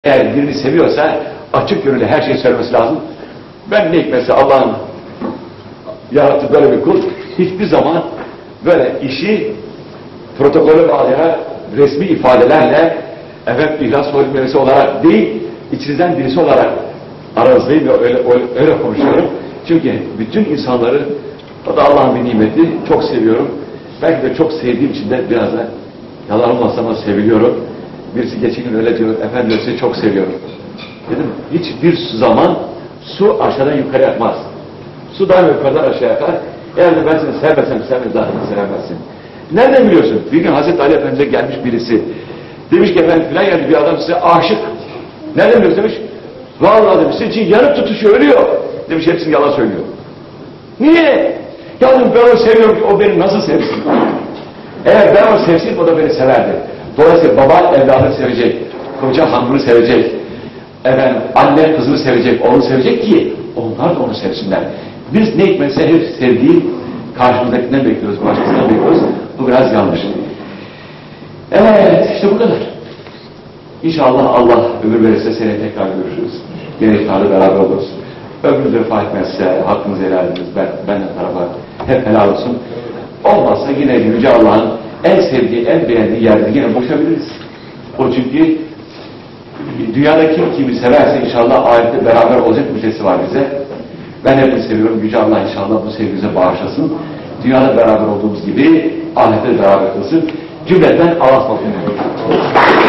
Eğer birini seviyorsa açık gönüllü her şeyi söylemesi lazım. Ben ne hikmetse Allah'ın yarattığı böyle bir kul hiçbir zaman böyle işi protokolü bağlayarak resmi ifadelerle ihlas kelimesi olarak değil, içinizden birisi olarak aranızdayım ve öyle konuşuyorum. Çünkü bütün insanları, o da Allah'ın bir nimeti, çok seviyorum. Belki de çok sevdiğim için de biraz da yalan olmazsa ama seviliyorum. Birisi geçen gün öyle diyor, efendim sizi çok seviyorum. Dedim, hiçbir zaman su aşağıdan yukarı akmaz. Su daima yukarıdan aşağı akar. Eğer de ben seni sevmesem sen beni zaten sevemezsin. Nereden biliyorsun? Bir gün Hazreti Ali Efendimiz'e gelmiş birisi. Demiş ki efendim filan yerde bir adam size aşık. Nereden biliyorsun demiş. Vallahi demiş, sizin için yanıp tutuşuyor, ölüyor. Demiş, hepsini yalan söylüyor. Niye? Ya dedim, ben onu seviyorum ki o beni nasıl sevsin? Eğer ben onu sevseydim o da beni severdi. Dolayısıyla baba evladını sevecek, koca hanımını sevecek, anne kızını sevecek, onu sevecek ki onlar da onu sevsinler. Biz ne hikmetse hep sevdiği karşımızdakinden bekliyoruz, başkasından bekliyoruz. Bu biraz yanlış. Evet, işte bu kadar. İnşallah Allah ömür verirse seneye tekrar görüşürüz. Yine iftarda beraber oluruz. Ömrünüz vefa etmezse hakkınızı helal ediniz. Benden tarafa hep helal olsun. Olmazsa yine Yüce Allah'ın en sevdiği, en beğendiği yerde yine buluşabiliriz. O çünkü dünyada kimi severse inşallah ahirette beraber olacak müjdesi var bize. Ben hepinizi seviyorum. Yüce Allah inşallah bu sevgimize bağışlasın. Dünyada beraber olduğumuz gibi ahirette beraber kılsın. Cümleten Allah'a ısmarladık.